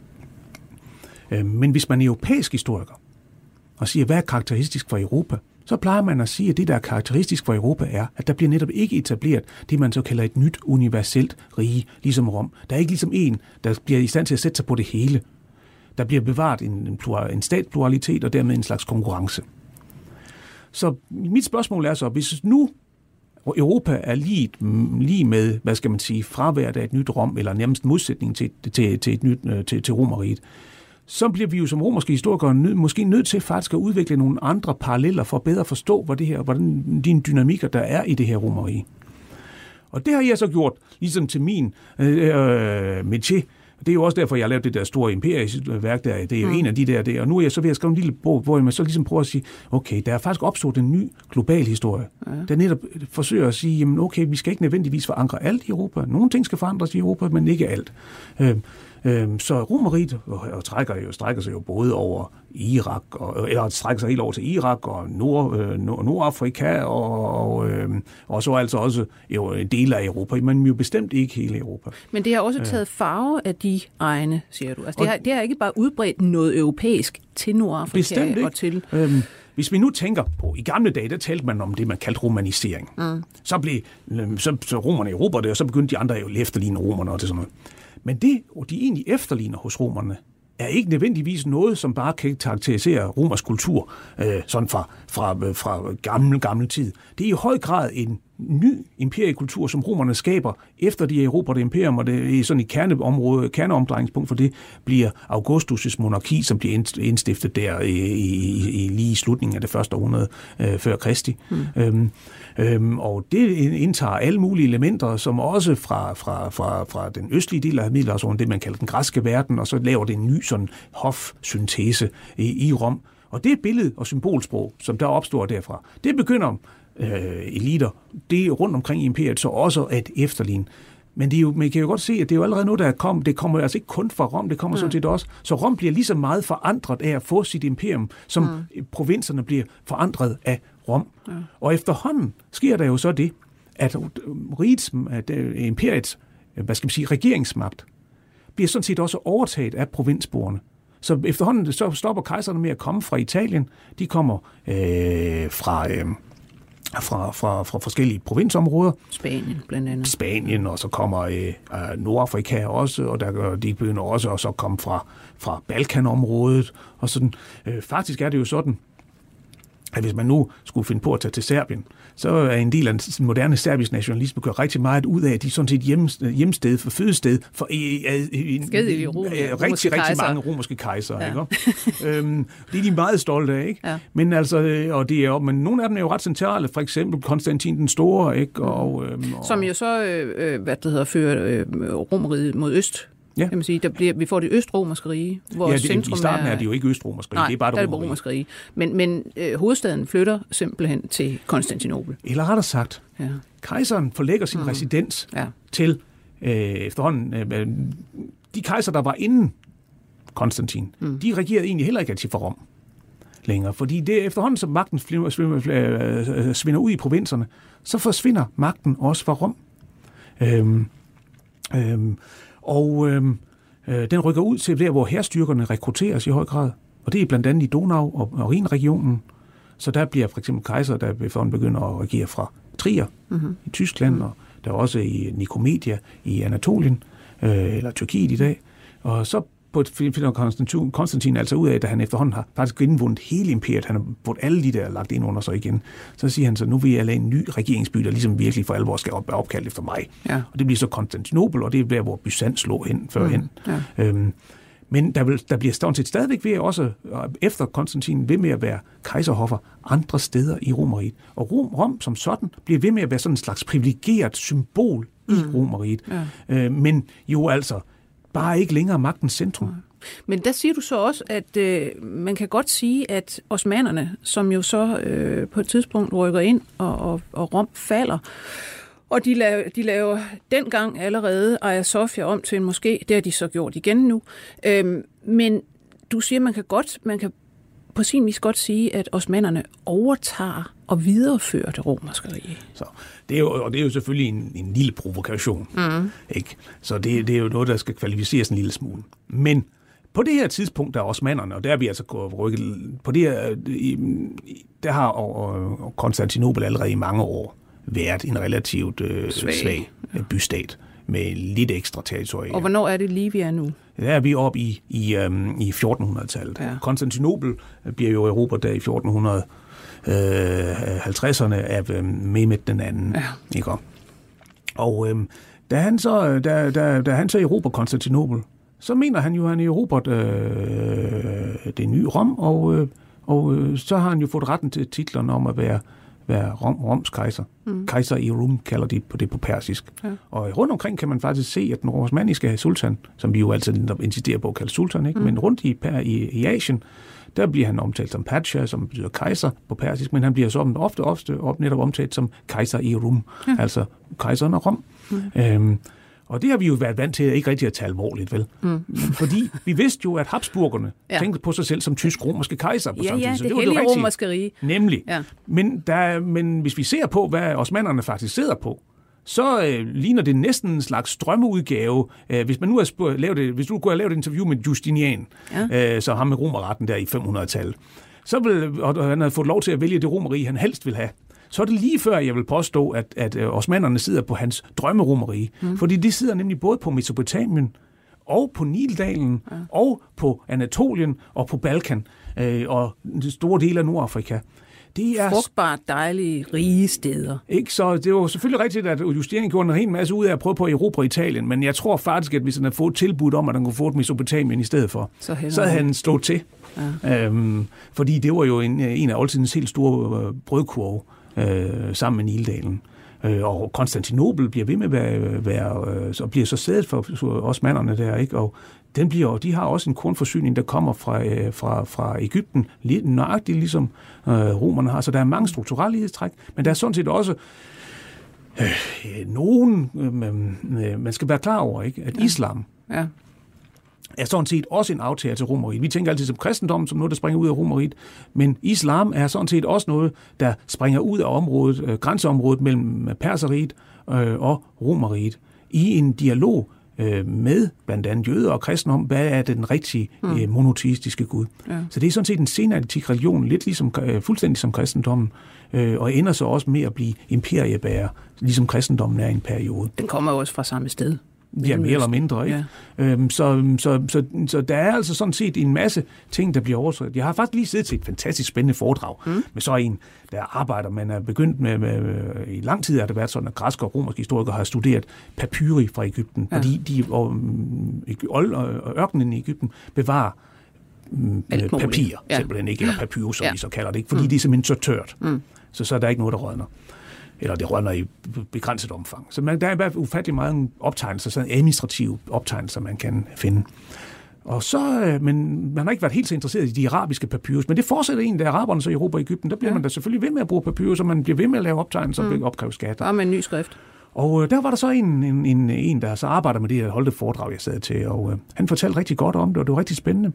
Men hvis man er europæisk historiker og siger, hvad er karakteristisk for Europa, så plejer man at sige, at det, der er karakteristisk for Europa, er, at der bliver netop ikke etableret det, man så kalder et nyt universelt rige, ligesom Rom. Der er ikke ligesom en, der bliver i stand til at sætte sig på det hele. Der bliver bevaret en statspluralitet og dermed en slags konkurrence. Så mit spørgsmål er så, hvis nu Europa er lige med, hvad skal man sige, fraværet af et nyt Rom, eller nærmest modsætning til et nyt til Romerriget, så bliver vi jo som romerske historikere måske nødt til faktisk at udvikle nogle andre paralleller for at bedre forstå, hvordan de dynamikker, der er i det her Romerrige. Og det har jeg så gjort, ligesom til min métier. Det er jo også derfor, jeg har lavet det der store imperieværk der. Det er jo en af de der. Og nu er jeg så ved at skrive en lille bog, hvor jeg så ligesom prøver at sige, okay, der er faktisk opstået en ny global historie, der netop forsøger at sige, jamen okay, vi skal ikke nødvendigvis forankre alt i Europa. Nogle ting skal forandres i Europa, men ikke alt. Så Romerriget strækker sig jo både over Irak, eller strækker sig helt over til Irak og Nordafrika og og så altså også jo en del af Europa, men jo bestemt ikke hele Europa. Men det har også taget farve af de egne, siger du. Altså, det har ikke bare udbredt noget europæisk til Nordafrika og til... Hvis vi nu tænker på, i gamle dage, der talte man om det, man kaldte romanisering. Så blev så romerne erobret det, og så begyndte de andre jo at efterligne romerne og det sådan noget. Men det, de egentlig efterligner hos romerne, er ikke nødvendigvis noget, som bare kan karakterisere romersk kultur sådan fra gammel tid. Det er i høj grad en ny imperiekultur, som romerne skaber, efter de erobrer det imperium, og det er sådan et kerneomdrejningspunkt for det, bliver Augustus' monarki, som bliver indstiftet der i lige slutningen af det første århundrede før Kristi. Og det indtager alle mulige elementer, som også fra den østlige del af Middelhavsområdet, det man kalder den græske verden, og så laver det en ny sådan hofsyntese i Rom. Og det billede og symbolsprog, som der opstår derfra, det begynder eliter, det er rundt omkring i imperiet, så også at efterligne. Men det er jo, man kan jo godt se, at det er jo allerede noget, der er kommet. Det kommer altså ikke kun fra Rom, det kommer sådan set også. Så Rom bliver lige så meget forandret af at få sit imperium, som provinserne bliver forandret af Rom. Og efterhånden sker der jo så det, at imperiets, regeringsmagt, bliver sådan set også overtaget af provinsborgerne. Så efterhånden så stopper kejserne med at komme fra Italien. De kommer fra forskellige provinsområder. Spanien blandt andet. Spanien, og så kommer Nordafrika også, og de begynder også at så komme fra Balkanområdet. Og sådan. Faktisk er det jo sådan, at hvis man nu skulle finde på at tage til Serbien, så er en del af den moderne serbisk nationalisme gør rigtig meget ud af, at de sådan set hjemsted for fødested for rigtig mange romerske kejsere. Ja. Ikke? Det er de meget stolte af, ikke? Ja. Men altså, men nogle af dem er jo ret centrale, for eksempel Konstantin den Store, ikke? Som jo så fører Romeriet mod øst. Ja. Kan man sige, vi får det østromerske rige, hvor centrum i starten er det jo ikke østromerske rige, det er bare det romerske rige. Men hovedstaden flytter simpelthen til Konstantinopel. Eller rettere sagt, kejseren forlægger sin residens til efterhånden de kejser, der var inden Konstantin. De regerede egentlig heller ikke altid for Rom længere, fordi det efterhånden, som magten svinder ud i provinserne, så forsvinder magten også fra Rom. Den rykker ud til der, hvor hærstyrkerne rekrutteres i høj grad. Og det er blandt andet i Donau og Rhinregionen. Så der bliver for eksempel kejser, der begynder at regere fra Trier i Tyskland, og der er også i Nikomedia i Anatolien, eller Tyrkiet i dag. Og så finder Konstantin altså ud af, at han efterhånden har faktisk genvundet hele imperiet. Han har fået alle de der lagt ind under sig igen. Så siger han så, nu vil jeg lave en ny regeringsby, der ligesom virkelig for alvor skal være opkaldt efter mig. Ja. Og det bliver så Konstantinopel, og det er der, hvor Byzans lå førhen. Ja. Men der bliver stadigvæk ved også, efter Konstantin, ved med at være kejserhoffer andre steder i Romeriet. Og Rom som sådan bliver ved med at være sådan en slags privilegeret symbol i Romeriet. Ja. Men jo altså bare ikke længere magtens centrum. Men der siger du så også, at man kan godt sige, at osmannerne, som jo så på et tidspunkt rykker ind, og Rom falder, og de laver dengang allerede Hagia Sophia om til en moské. Det har de så gjort igen nu. Men du siger, man kan på sin vis godt sige, at osmannerne overtager og viderefører det romerske rige. Så det er jo selvfølgelig en lille provokation. Ikke? Så det er jo noget, der skal kvalificeres en lille smule. Men på det her tidspunkt, der er osmannerne, og der er vi altså rykket på det her, der har Konstantinopel allerede i mange år været en relativt svag bystat med lidt ekstra territorier. Og hvornår er det lige, vi er nu? Der er vi oppe i 1400-tallet. Ja. Konstantinopel bliver jo erobret der i 1450'erne af Mehmed den anden. Ja. Ikke? Og da han så erobrer Konstantinopel, så mener han jo, at han erobret det nye Rom, og så har han jo fået retten til titlen om at være Roms kejser. Kejser i Rum kalder de det på persisk. Ja. Og rundt omkring kan man faktisk se, at den osmanniske sultan, som vi jo altid insisterer på at kalde sultan, ikke? Men rundt i Asien, der bliver han omtalt som Pasha, som betyder kejser på persisk, men han bliver så ofte netop omtalt som kejser i Rum, altså kejseren af Rom. Og det har vi jo været vant til ikke rigtig at tage alvorligt, vel? Fordi vi vidste jo, at Habsburgerne tænkte på sig selv som tysk-romerske kejser på samme tid. Så det hellige romerske rige. Nemlig. Ja. Men hvis vi ser på, hvad osmannerne faktisk sidder på, så ligner det næsten en slags drømmeudgave. Hvis man nu hvis du kunne have lavet et interview med Justinian, så ham med romerretten der i 500-tallet, og han havde fået lov til at vælge det romerige, han helst vil have, så er det lige før, jeg vil påstå, at osmannerne sidder på hans drømmeromerige. Fordi de sidder nemlig både på Mesopotamien, og på Nildalen, og på Anatolien, og på Balkan, og store dele af Nordafrika. Det er frugtbart, dejlige, rige steder. Ikke? Så det var selvfølgelig rigtigt, at Justinian gjorde en hel masse ud af at prøve på at erobre Italien, men jeg tror faktisk, at hvis han havde fået tilbud om, at han kunne få et Mesopotamien i stedet for, så havde han stået til. Ja. Fordi det var jo en af oldtidens helt store brødkurve sammen med Nildalen. Og Konstantinopel bliver ved med at være så bliver så sædet for osmannerne der, ikke? Og de har også en kornforsyning, der kommer fra Egypten, nøjagtigt ligesom romerne har. Så der er mange strukturelle lighedstræk, men der er sådan set også nogen, man skal være klar over, ikke? At islam er sådan set også en aftager til Romeriet. Vi tænker altid som kristendom, som noget, der springer ud af Romeriet, men islam er sådan set også noget, der springer ud af området, grænseområdet mellem Perseriet og Romeriet, i en dialog med blandt andet jøder og kristne om, hvad er den rigtige monoteistiske Gud. Ja. Så det er sådan set en senantik religion, lidt ligesom, fuldstændig som kristendommen, og ender så også med at blive imperiebærer, ligesom kristendommen er i en periode. Den kommer jo også fra samme sted. Ja, mere eller mindre, ikke? Ja. Så der er altså sådan set en masse ting, der bliver overtrådt. Jeg har faktisk lige siddet til et fantastisk spændende foredrag med så en, der arbejder, man er begyndt med i lang tid har det været sådan, at græske og romerske historikere har studeret papyri fra Egypten, fordi ørkenen i Egypten bevarer papir, simpelthen ikke, eller papyrus, som vi så kalder det, ikke, fordi det er simpelthen så tørt. Så er der ikke noget, der rådner. Eller det rønner i begrænset omfang. Så der er i hvert fald ufattelig meget optegnelser, sådan administrative optegnelser, man kan finde. Og så, men man har ikke været helt så interesseret i de arabiske papyrus, men det fortsætter en, der araberne så i Europa og Egypten, der bliver man da selvfølgelig ved med at bruge papyrus, og man bliver ved med at lave optegnelser og opkræve skatter. Bare med en ny skrift. Og der var der så en der så arbejder med det, der holdt et foredrag, jeg sad til, og han fortalte rigtig godt om det, og det var rigtig spændende.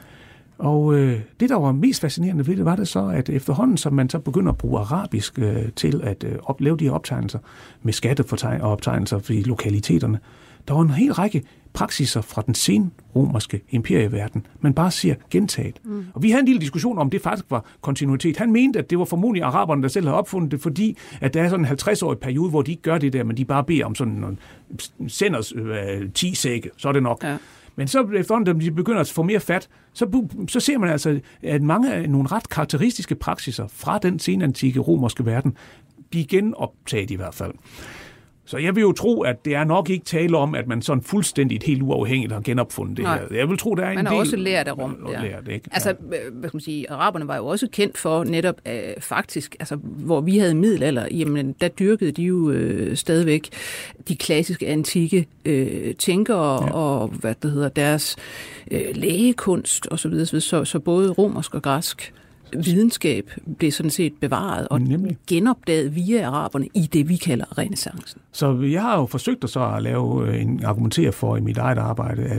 Og det, der var mest fascinerende ved det, var det så, at efterhånden, som man så begynder at bruge arabisk til at lave de her optegnelser med skatteoptegnelser i lokaliteterne, der var en hel række praksiser fra den senromerske imperieverden, man bare ser gentaget. Og vi havde en lille diskussion om, det faktisk var kontinuitet. Han mente, at det var formodentlig araberne, der selv havde opfundet det, fordi at der er sådan en 50-årig periode, hvor de ikke gør det der, men de bare beder om sådan nogle senders 10 sække, så er det nok. Ja. Men så efterhånden, da de begynder at få mere fat, så ser man altså, at mange af nogle ret karakteristiske praksiser fra den senantikke romerske verden bliver genoptaget i hvert fald. Så jeg vil jo tro, at det er nok ikke tale om, at man sådan fuldstændigt helt uafhængigt har genopfundet det her. Jeg vil tro, der er en del... Man har også lært af Rom. Ja. Altså, hvad skal man sige, araberne var jo også kendt for netop faktisk, altså hvor vi havde middelalder, jamen der dyrkede de jo stadigvæk de klassiske antikke tænkere og deres lægekunst og så videre. Så både romersk og græsk videnskab blev sådan set bevaret og genopdaget via araberne i det, vi kalder renæssancen. Så jeg har jo forsøgt at lave en argumentere for i mit eget arbejde,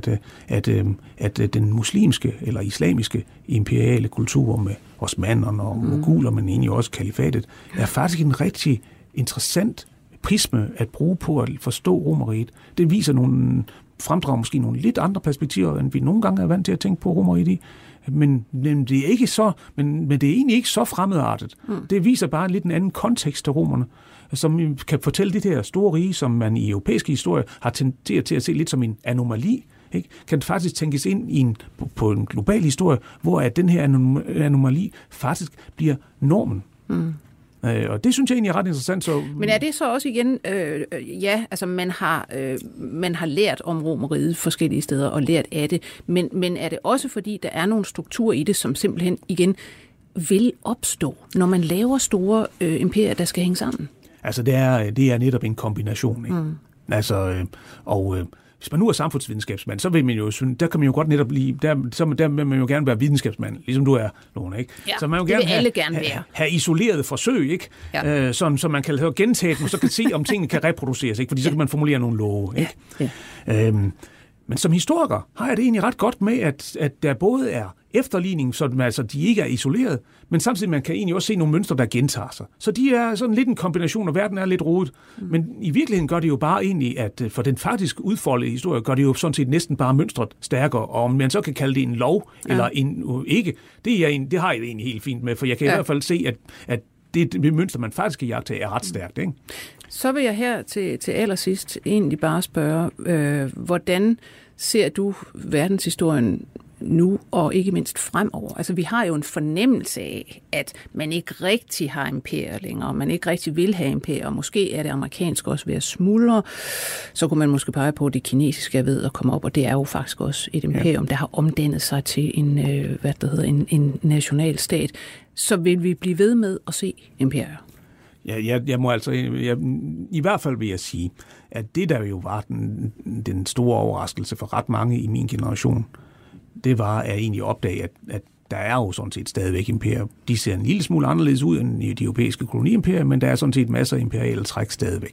at den muslimske eller islamiske imperiale kultur med osmannerne og moguler, men egentlig også kalifatet, er faktisk en rigtig interessant prisme at bruge på at forstå Romeriet. Det viser fremdrager måske nogle lidt andre perspektiver, end vi nogle gange er vant til at tænke på Romeriet i. Men det er ikke så, men det er egentlig ikke så fremmedartet. Det viser bare lidt en anden kontekst til romerne, som kan fortælle det her store rige, som man i europæisk historie har tenderet til at se lidt som en anomali, ikke? Kan faktisk tænkes ind på en global historie, hvor at den her anomali faktisk bliver normen. Og det synes jeg egentlig er ret interessant. Så... Men er det så også igen, altså man har lært om Romeriet forskellige steder og lært af det, men er det også fordi, der er nogle strukturer i det, som simpelthen igen vil opstå, når man laver store imperier, der skal hænge sammen? Altså det er netop en kombination, ikke? Altså, hvis man nu er samfundsvidenskabsmand, så vil man jo synes, der kan man jo godt netop blive, der vil man jo gerne være videnskabsmand, ligesom du er, Lone, ikke? Ja, så man jo det vil alle gerne være. Have isoleret forsøg, ikke? Ja. Så man kan gentage dem, så kan se, om tingene kan reproduceres, ikke? Fordi så kan man formulere nogle love, ikke? Ja. Men som historiker har jeg det egentlig ret godt med, at der både er efterligning, så altså, de ikke er isoleret, men samtidig man kan egentlig også se nogle mønstre, der gentager sig. Så de er sådan lidt en kombination, og verden er lidt rodet. Men i virkeligheden gør det jo bare egentlig, at for den faktisk udfoldede historie, gør det jo sådan set næsten bare mønstret stærkere. Og om man så kan kalde det en lov, eller en ikke, det har jeg det egentlig helt fint med, for jeg kan i hvert fald se, at det mønster, man faktisk kan jagte, er ret stærkt, ikke? Så vil jeg her til allersidst egentlig bare spørge, hvordan ser du verdenshistorien nu og ikke mindst fremover? Altså, vi har jo en fornemmelse af, at man ikke rigtig har imperier længere, man ikke rigtig vil have imperier, og måske er det amerikanske også ved at smuldre. Så kunne man måske pege på, at det kinesiske er ved at komme op, og det er jo faktisk også et imperium, der har omdannet sig til en nationalstat. Så vil vi blive ved med at se imperier? Ja, jeg må altså, i hvert fald vil jeg sige, at det der jo var den store overraskelse for ret mange i min generation, det var at egentlig opdage, at der er jo sådan set stadigvæk imperier. De ser en lille smule anderledes ud end de europæiske koloniimperier, men der er sådan set masser af imperiale træk stadigvæk.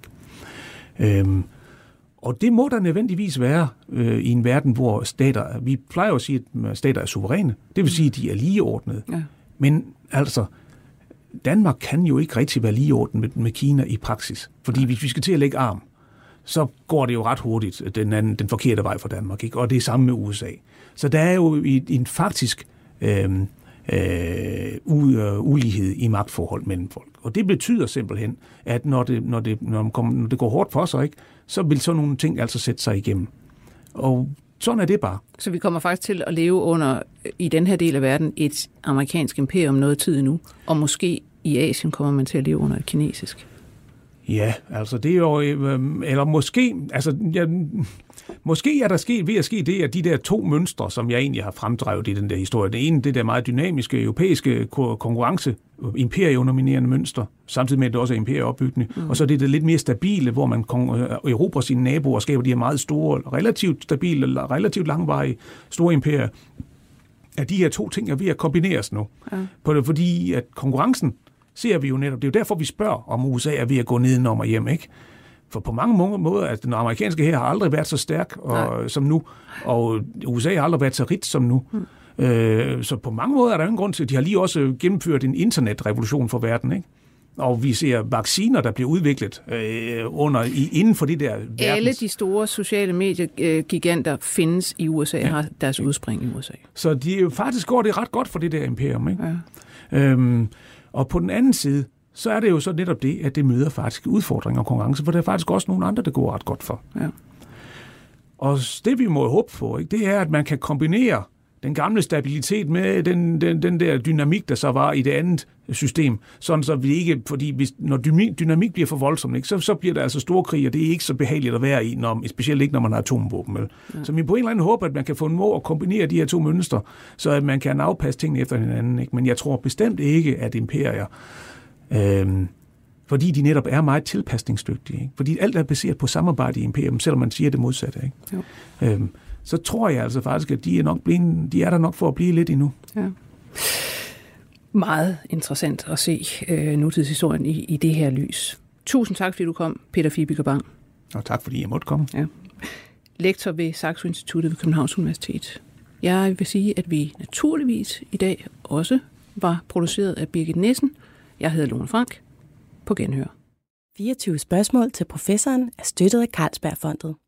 Og det må der nødvendigvis være i en verden, hvor stater, vi plejer jo at sige, at stater er suveræne. Det vil sige, at de er ligeordnede. Ja. Men altså, Danmark kan jo ikke rigtig være ligeordnet med Kina i praksis. Fordi hvis vi skal til at lægge arm, så går det jo ret hurtigt den forkerte vej for Danmark, ikke? Og det er samme med USA. Så der er jo en faktisk ulighed i magtforhold mellem folk. Og det betyder simpelthen, at når det går hårdt for sig, ikke, så vil sådan nogle ting altså sætte sig igennem. Og sådan er det bare. Så vi kommer faktisk til at leve under, i den her del af verden, et amerikansk imperium noget tid endnu, og måske i Asien kommer man til at leve under et kinesisk. Ja, altså det er jo, eller måske, altså måske er der ved at ske det, at de der to mønstre, som jeg egentlig har fremdrevet i den der historie, det ene, det der meget dynamiske europæiske konkurrence, imperieunderminerende mønster, samtidig med, at det også er imperieopbyggende, og så det der lidt mere stabile, hvor man erobrer sine naboer og skaber de her meget store, relativt stabile, eller relativt langvarige store imperier, at de her to ting er ved at kombineres nu. Ja. Fordi at konkurrencen ser vi jo netop. Det er jo derfor, vi spørger, om USA er ved at gå nedenom og hjem, ikke? For på mange måder, at den amerikanske her har aldrig været så stærk som nu, og USA har aldrig været så rigt som nu. Så på mange måder er der ingen grund til, at de har lige også gennemført en internetrevolution for verden, ikke? Og vi ser vacciner, der bliver udviklet inden for det der verdens. Alle de store sociale mediegiganter findes i USA, har deres udspring i USA. Så faktisk går det ret godt for det der imperium, ikke? Ja. Og på den anden side, så er det jo så netop det, at det møder faktisk udfordringer og konkurrence, for der er faktisk også nogle andre, der går ret godt for. Ja. Og det vi må håbe på, ikke, det er, at man kan kombinere den gamle stabilitet med den der dynamik, der så var i det andet system, sådan så vi ikke, fordi når dynamik bliver for voldsom, ikke, så bliver der altså store krig, og det er ikke så behageligt at være i, specielt ikke når man har atomvåben. Ja. Så vi på en eller anden håber, at man kan få en måde at kombinere de her to mønstre, så at man kan afpasse tingene efter hinanden. Ikke? Men jeg tror bestemt ikke, at imperier, fordi de netop er meget tilpasningsdygtige, ikke? Fordi alt er baseret på samarbejde i imperium, selvom man siger det modsatte. Ikke? Så tror jeg altså faktisk, at de er der nok for at blive lidt endnu. Ja. Meget interessant at se nutidshistorien i det her lys. Tusind tak, fordi du kom, Peter Fibiger Bang. Og tak, fordi jeg måtte komme. Ja. Lektor ved Saxo Instituttet ved Københavns Universitet. Jeg vil sige, at vi naturligvis i dag også var produceret af Birgit Nissen. Jeg hedder Lone Frank. På genhør. 24 spørgsmål til professoren er støttet af Carlsbergfondet.